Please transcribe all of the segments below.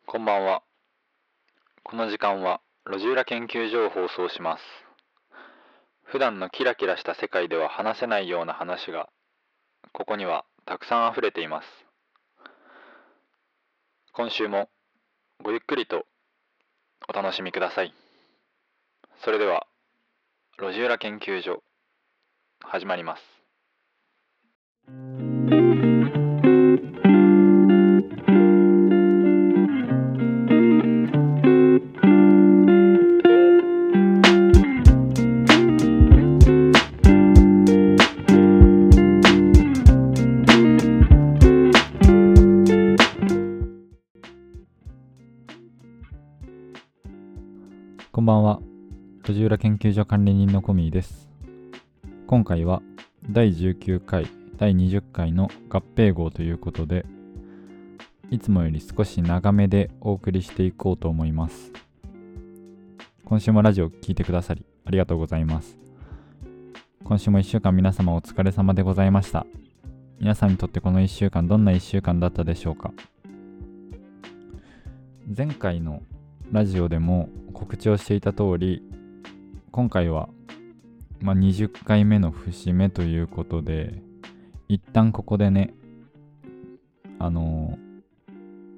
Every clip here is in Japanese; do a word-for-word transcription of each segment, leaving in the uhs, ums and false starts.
こんばんは。この時間は路地裏研究所を放送します。普段のキラキラした世界では話せないような話がここにはたくさん溢れています。今週もごゆっくりとお楽しみください。それでは路地裏研究所始まります。 こんばんは。路地裏研究所管理人のコミーです。今回はだいじゅうきゅうかい、だいにじゅっかいの合併号ということで、いつもより少し長めでお送りしていこうと思います。今週もラジオを聞いてくださりありがとうございます。今週もいっしゅうかん皆様お疲れ様でございました。皆さんにとってこのいっしゅうかんどんないっしゅうかんだったでしょうか。前回のラジオでも告知をしていた通り、今回は、まあ、にじゅっかいめの節目ということで、一旦ここでね、あのー、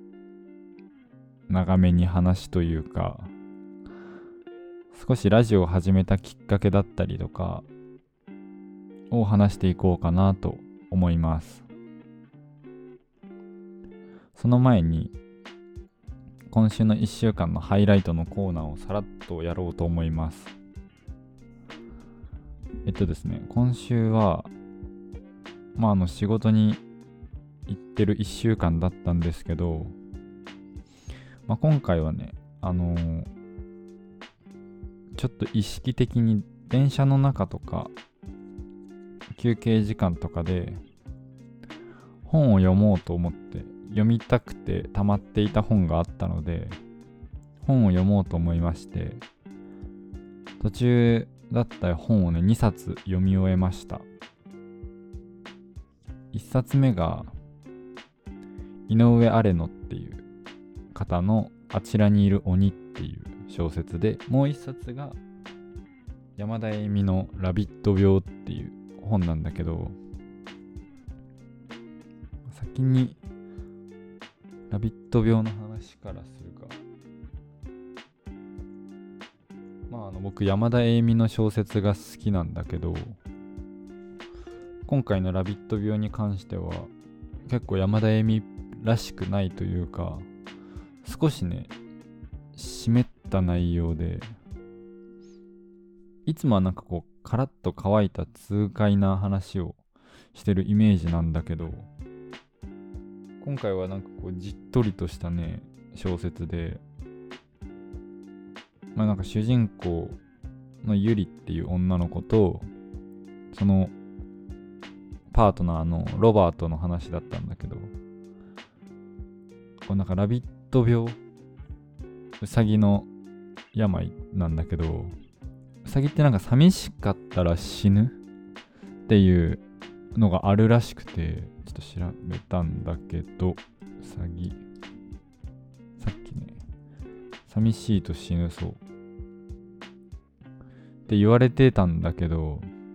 長めに話というか、少しラジオを始めたきっかけだったりとかを話していこうかなと思います。その前に、今週のいっしゅうかんのハイライトのコーナーをさらっとやろうと思います。えっとですね、今週は、まああの仕事に行ってるいっしゅうかんだったんですけど、まあ、今回はね、あのー、ちょっと意識的に電車の中とか休憩時間とかで本を読もうと思って読みたくて溜まっていた本があったので、本を読もうと思いまして、途中だった本をねにさつ読み終えました。いっさつめが井上アレノっていう方のあちらにいる鬼っていう小説で、もういっさつが山田栄美のラビット病っていう本なんだけど、先にラビット病の話からするか。まああの僕山田栄美の小説が好きなんだけど、今回のラビット病に関しては結構山田栄美らしくないというか、少しね湿った内容で、いつもはなんかこうカラッと乾いた痛快な話をしてるイメージなんだけど、今回はなんかこうじっとりとしたね小説で、まあなんか主人公のユリっていう女の子とそのパートナーのロバートの話だったんだけど、こうなんかラビット病、ウサギの病なんだけど、ウサギってなんか寂しかったら死ぬっていうのがあるらしくて、ちょっと調べたんだけど、ウサギさっきね、寂しいと死ぬそうって言われてたんだけど、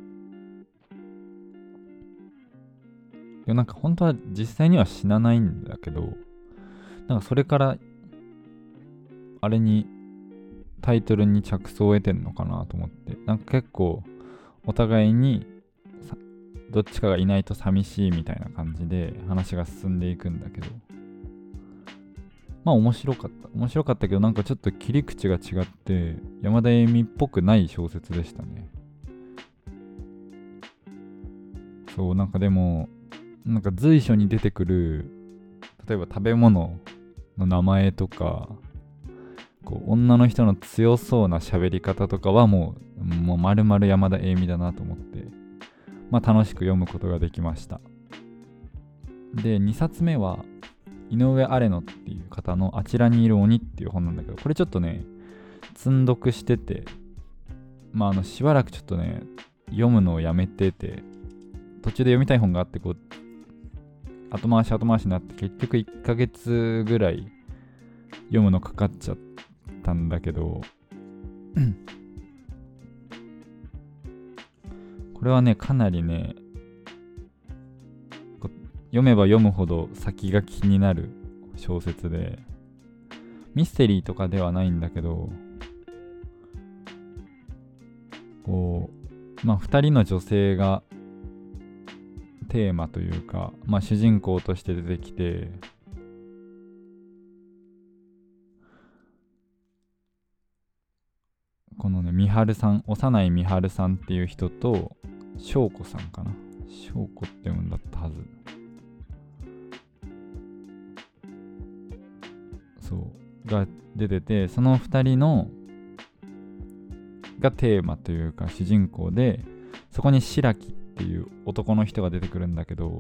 いやなんか本当は実際には死なないんだけど、なんかそれからあれにタイトルに着想を得てんのかなと思って、なんか結構お互いにどっちかがいないと寂しいみたいな感じで話が進んでいくんだけど、まあ面白かった面白かったけど、なんかちょっと切り口が違って山田栄美っぽくない小説でしたね。そう、なんかでもなんか随所に出てくる、例えば食べ物の名前とか、こう女の人の強そうな喋り方とかはもうもう丸々山田栄美だなと思って、まあ楽しく読むことができました。でにさつめは井上アレノっていう方のあちらにいる鬼っていう本なんだけど、これちょっとね積ん読してて、まああのしばらくちょっとね読むのをやめてて、途中で読みたい本があって、こう後回し後回しになって、結局いっかげつぐらい読むのかかっちゃったんだけどこれはねかなりね読めば読むほど先が気になる小説で、ミステリーとかではないんだけど、こうまあふたりの女性がテーマというか、まあ主人公として出てきて、このねみはるさん、幼いみはるさんっていう人と翔子さんかな、翔子って読むんだったはず、そうが出てて、そのふたりのがテーマというか主人公で、そこに白木っていう男の人が出てくるんだけど、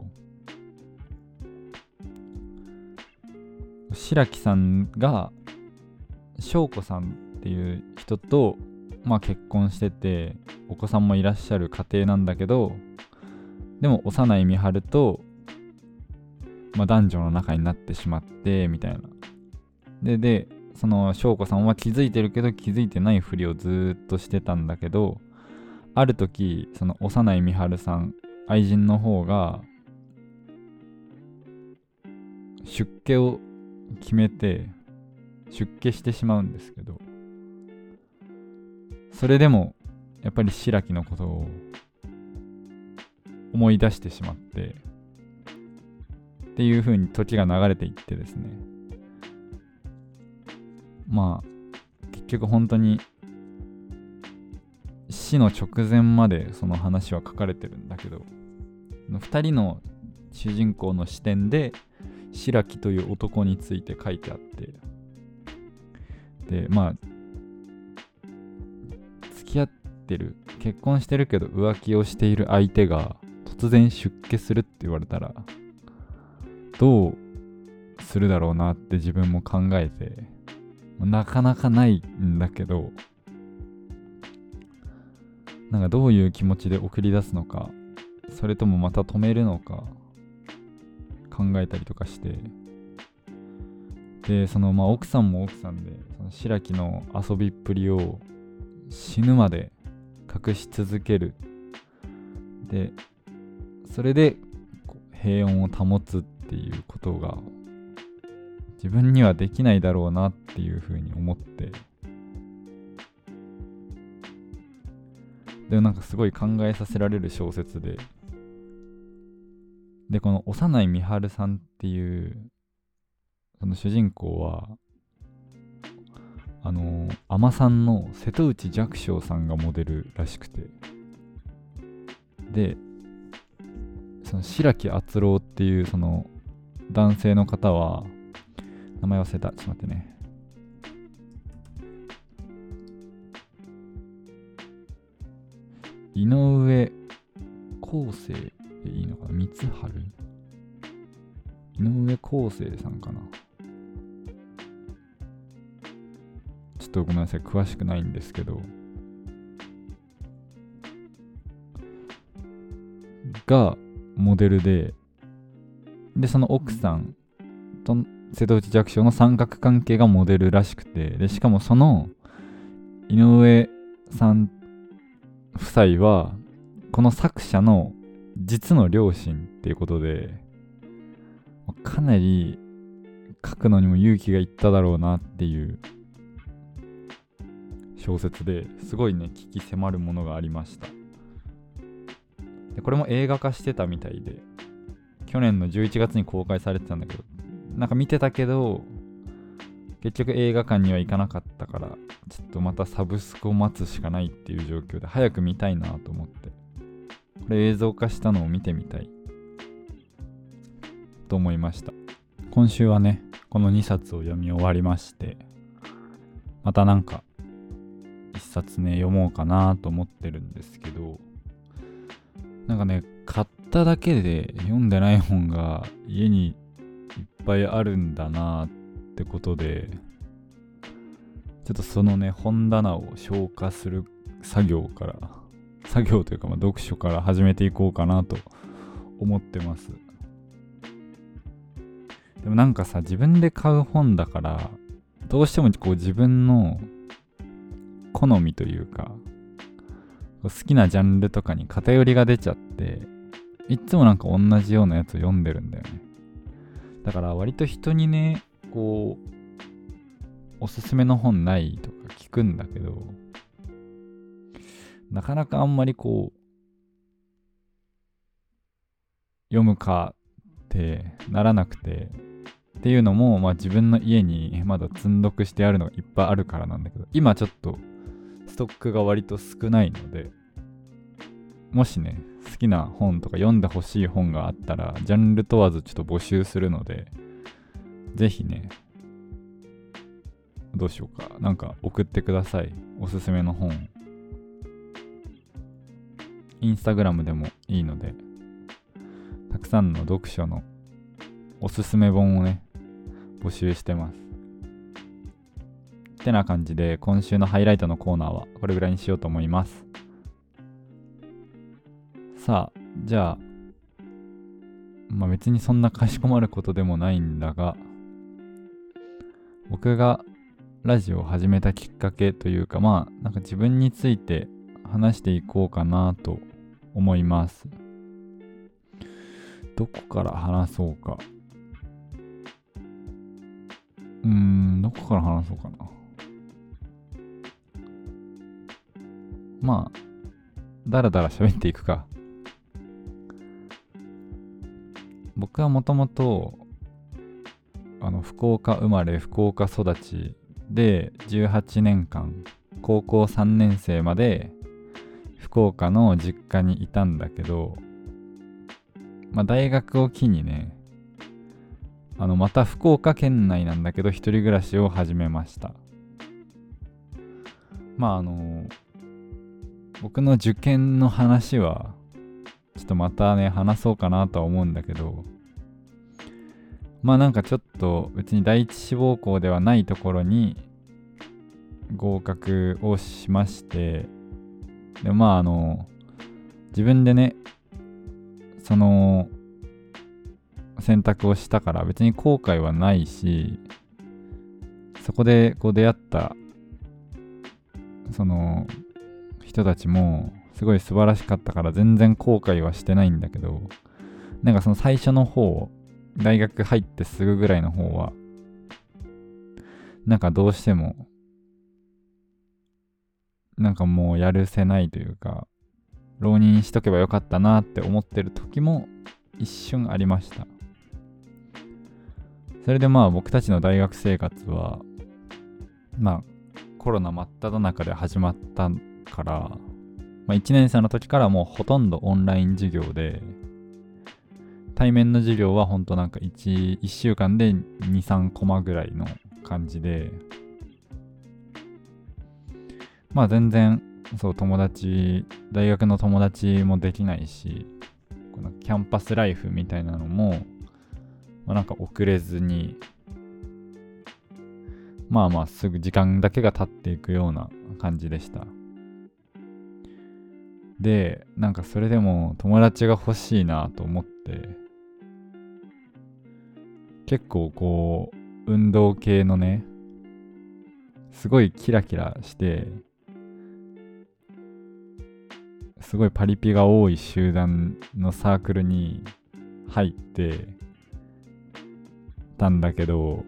白木さんが翔子さんっていう人と、まあ、結婚しててお子さんもいらっしゃる家庭なんだけど、でも幼いみはると、まあ、男女の仲になってしまってみたいな。ででその翔子さんは気づいてるけど気づいてないふりをずーっとしてたんだけど、ある時その幼いみはるさん、愛人の方が出家を決めて出家してしまうんですけど、それでもやっぱり白木のことを思い出してしまってっていう風に時が流れていってですね、まあ結局本当に死の直前までその話は書かれてるんだけど、ふたりの主人公の視点で白木という男について書いてあって、でまあ付き合ってる、結婚してるけど浮気をしている相手が突然出家するって言われたらどうするだろうなって自分も考えて、なかなかないんだけど、なんかどういう気持ちで送り出すのか、それともまた止めるのか考えたりとかして、でそのまあ奥さんも奥さんでその白木の遊びっぷりを死ぬまで隠し続ける、でそれで平穏を保つっていうことが自分にはできないだろうなっていうふうに思って、でもなんかすごい考えさせられる小説で、でこの幼いみはるさんっていうその主人公はあの海女さんの瀬戸内寂聴さんがモデルらしくて、でその白木敦郎っていうその男性の方は名前忘れた、ちょっと待ってね、井上康生でいいのかな、光晴、井上康生さんかな、ちょっとごめんなさい詳しくないんですけど、がモデルで、でその奥さんと瀬戸内寂聴の三角関係がモデルらしくて、でしかもその井上さん夫妻はこの作者の実の両親っていうことで、かなり書くのにも勇気がいっただろうなっていう小説で、すごいね鬼気迫るものがありました。でこれも映画化してたみたいで、去年のじゅういちがつに公開されてたんだけど、なんか見てたけど結局映画館には行かなかったから、ちょっとまたサブスクを待つしかないっていう状況で、早く見たいなと思って、これ映像化したのを見てみたいと思いました。今週はねこのにさつを読み終わりまして、またなんかいっさつね読もうかなと思ってるんですけど、なんかね買っただけで読んでない本が家にいっぱいあるんだなってことで、ちょっとそのね本棚を消化する作業から作業というかまあ読書から始めていこうかなと思ってます。でもなんかさ、自分で買う本だからどうしてもこう自分の好みというか好きなジャンルとかに偏りが出ちゃって、いっつもなんか同じようなやつを読んでるんだよね。だから割と人にね、こうおすすめの本ないとか聞くんだけど、なかなかあんまりこう読むかってならなくて、っていうのも、まあ自分の家にまだ積んどくしてあるのがいっぱいあるからなんだけど、今ちょっとストックが割と少ないので、もしね、好きな本とか読んでほしい本があったら、ジャンル問わずちょっと募集するので、ぜひね、どうしようか、なんか送ってください。おすすめの本。インスタグラムでもいいので、たくさんの読書のおすすめ本をね、募集してます。ってな感じで、今週のハイライトのコーナーはこれぐらいにしようと思います。さあ、じゃあ、まあ別にそんなかしこまることでもないんだが、僕がラジオを始めたきっかけというか、まあなんか自分について話していこうかなと思います。どこから話そうか。うーん、どこから話そうかな。まあ、だらだら喋っていくか。僕はもともと、あの、福岡生まれ、福岡育ちで、じゅうはちねんかん、高校さんねん生まで、福岡の実家にいたんだけど、まあ、大学を機にね、あの、また福岡県内なんだけど、一人暮らしを始めました。まあ、あの、僕の受験の話は、ちょっとまたね、話そうかなとは思うんだけど、まあなんかちょっと別に第一志望校ではないところに合格をしまして、でまああの、自分でね、その選択をしたから別に後悔はないし、そこでこう出会ったその人たちもすごい素晴らしかったから全然後悔はしてないんだけど、なんかその最初の方、大学入ってすぐぐらいの方はなんかどうしてもなんかもうやるせないというか、浪人しとけばよかったなって思ってる時も一瞬ありました。それでまあ僕たちの大学生活はまあコロナ真っ只中で始まったから、まあ、いちねん生の時からもうほとんどオンライン授業で、対面の授業はほんとなんか 1, 1週間でに、さんコマぐらいの感じで、まあ全然そう友達、大学の友達もできないし、このキャンパスライフみたいなのも、まあ、なんか遅れずに、まあまあすぐ時間だけが経っていくような感じでした。で、なんかそれでも友達が欲しいなと思って、結構こう運動系のね、すごいキラキラしてすごいパリピが多い集団のサークルに入ってたんだけど、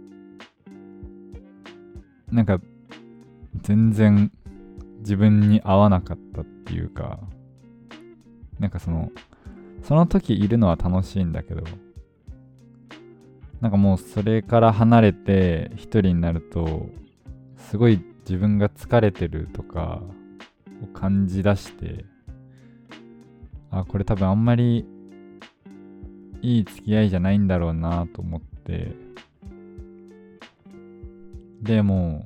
なんか全然自分に合わなかったっていうか、なんかそのその時いるのは楽しいんだけど、なんかもうそれから離れて一人になるとすごい自分が疲れてるとかを感じ出して、あ、これ多分あんまりいい付き合いじゃないんだろうなと思って、でも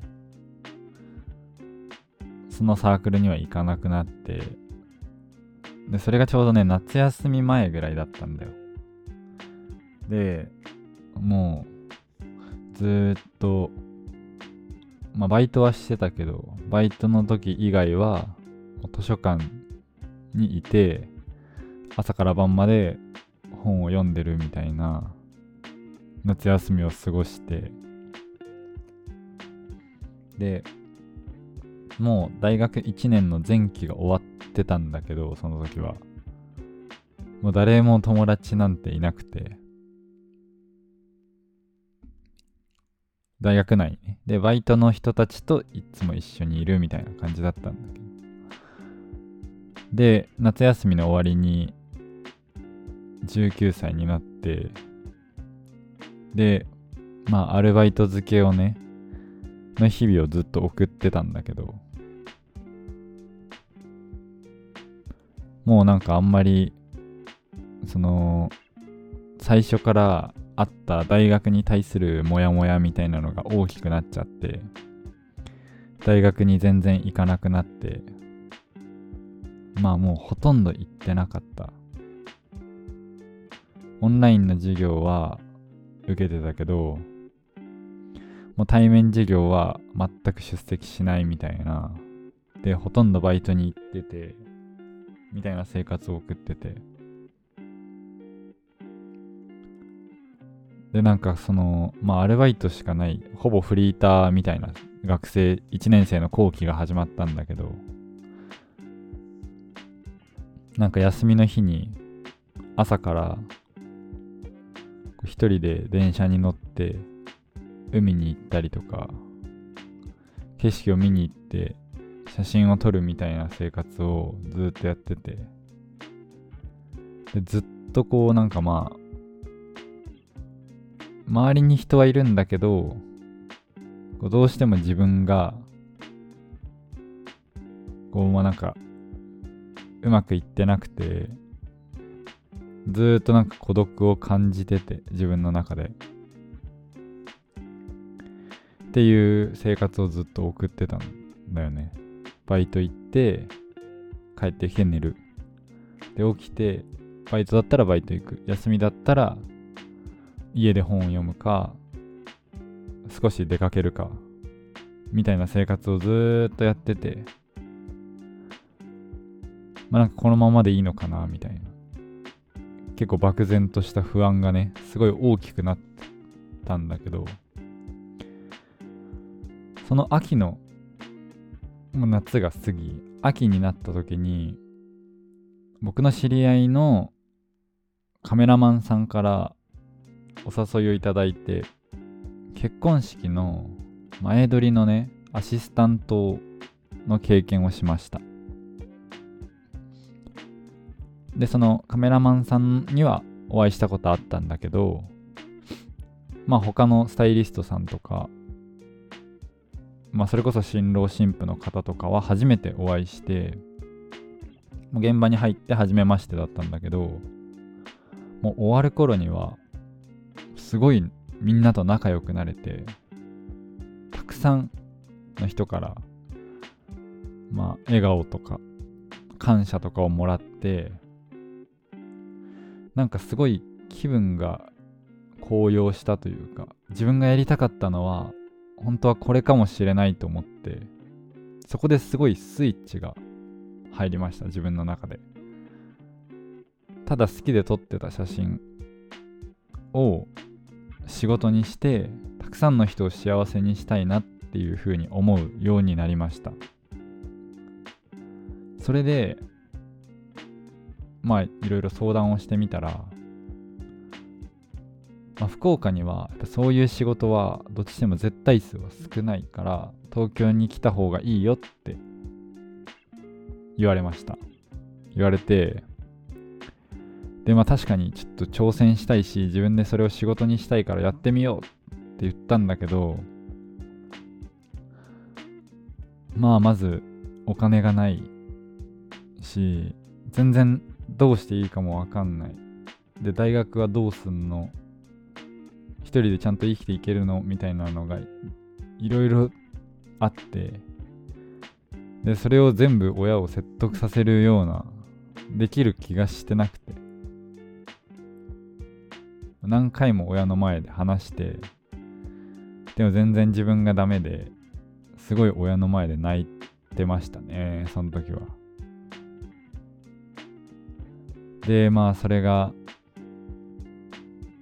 そのサークルには行かなくなって、でそれがちょうどね夏休み前ぐらいだったんだよ。でもうずーっとまあバイトはしてたけど、バイトの時以外は図書館にいて朝から晩まで本を読んでるみたいな夏休みを過ごして、 でもう大学いちねんの前期が終わってたんだけど、その時はもう誰も友達なんていなくて、大学内にね、でバイトの人たちといつも一緒にいるみたいな感じだったんだけど、で夏休みの終わりにじゅうきゅうさいになって、でまあアルバイト漬けをねの日々をずっと送ってたんだけど、もうなんかあんまりその最初からあった大学に対するモヤモヤみたいなのが大きくなっちゃって、大学に全然行かなくなって、まあもうほとんど行ってなかった。オンラインの授業は受けてたけど、もう対面授業は全く出席しないみたいな。で、ほとんどバイトに行ってて、みたいな生活を送ってて。で、なんかその、まあアルバイトしかない、ほぼフリーターみたいな学生、いちねん生の後期が始まったんだけど、なんか休みの日に朝から一人で電車に乗って海に行ったりとか、景色を見に行って写真を撮るみたいな生活をずっとやってて、でずっとこうなんかまあ周りに人はいるんだけど、こうどうしても自分がこうまあなんかうまくいってなくて、ずーっとなんか孤独を感じてて、自分の中でっていう生活をずっと送ってたんだよね。バイト行って帰ってきて寝る、で起きてバイトだったらバイト行く、休みだったら家で本を読むか少し出かけるかみたいな生活をずーっとやってて、まあなんかこのままでいいのかなみたいな、結構漠然とした不安がねすごい大きくなったんだけど、その秋のもう夏が過ぎ、秋になった時に僕の知り合いのカメラマンさんからお誘いをいただいて、結婚式の前撮りのねアシスタントの経験をしました。でそのカメラマンさんにはお会いしたことあったんだけど、まあ他のスタイリストさんとか、まあそれこそ新郎新婦の方とかは初めてお会いして、もう現場に入って初めましてだったんだけど、もう終わる頃にはすごいみんなと仲良くなれて、たくさんの人からまあ笑顔とか感謝とかをもらって、なんかすごい気分が高揚したというか、自分がやりたかったのは本当はこれかもしれないと思って、そこですごいスイッチが入りました、自分の中で。ただ好きで撮ってた写真を仕事にして、たくさんの人を幸せにしたいなっていう風に思うようになりました。それでまあいろいろ相談をしてみたら、まあ、福岡にはやっぱそういう仕事はどっちでも絶対数は少ないから東京に来た方がいいよって言われました。言われて、でまあ確かにちょっと挑戦したいし、自分でそれを仕事にしたいからやってみようって言ったんだけど、まあまずお金がないし、全然どうしていいかもわかんない。で大学はどうすんの、一人でちゃんと生きていけるのみたいなのがいろいろあって、でそれを全部親を説得させるようなできる気がしてなくて、何回も親の前で話して、でも全然自分がダメで、すごい親の前で泣いてましたね、その時は。でまあそれが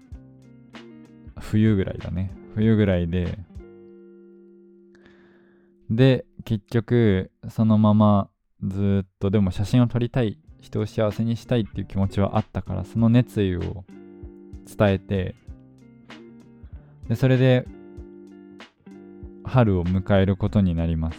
冬ぐらいだね冬ぐらいで、 で結局そのままずっと、でも写真を撮りたい、人を幸せにしたいっていう気持ちはあったから、その熱意を伝えて、でそれで春を迎えることになります。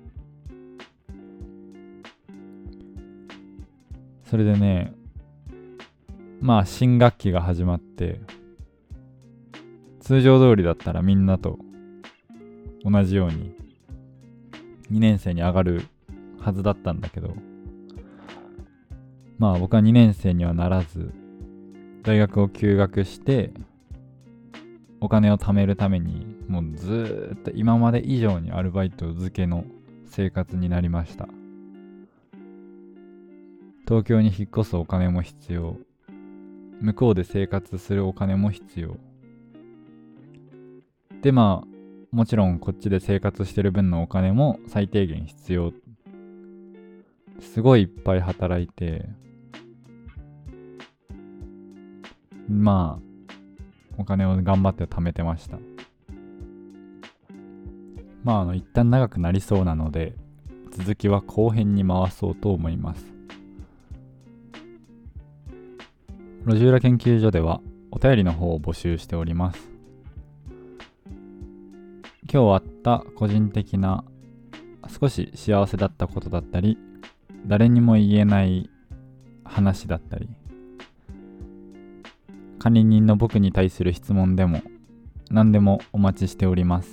それでね、まあ新学期が始まって、通常通りだったらみんなと同じようににねん生に上がるはずだったんだけど、まあ僕はにねん生にはならず、大学を休学してお金を貯めるために、もうずーっと今まで以上にアルバイト漬けの生活になりました。東京に引っ越すお金も必要、向こうで生活するお金も必要で、まあもちろんこっちで生活してる分のお金も最低限必要。すごいいっぱい働いて、まあお金を頑張って貯めてました。まああの一旦長くなりそうなので、続きは後編に回そうと思います。路地裏研究所ではお便りの方を募集しております。今日あった個人的な少し幸せだったことだったり、誰にも言えない話だったり、管理人の僕に対する質問でも何でもお待ちしております。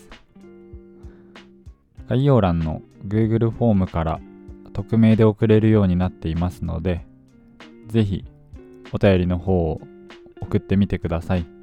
概要欄の Google フォームから匿名で送れるようになっていますので、ぜひお便りの方を送ってみてください。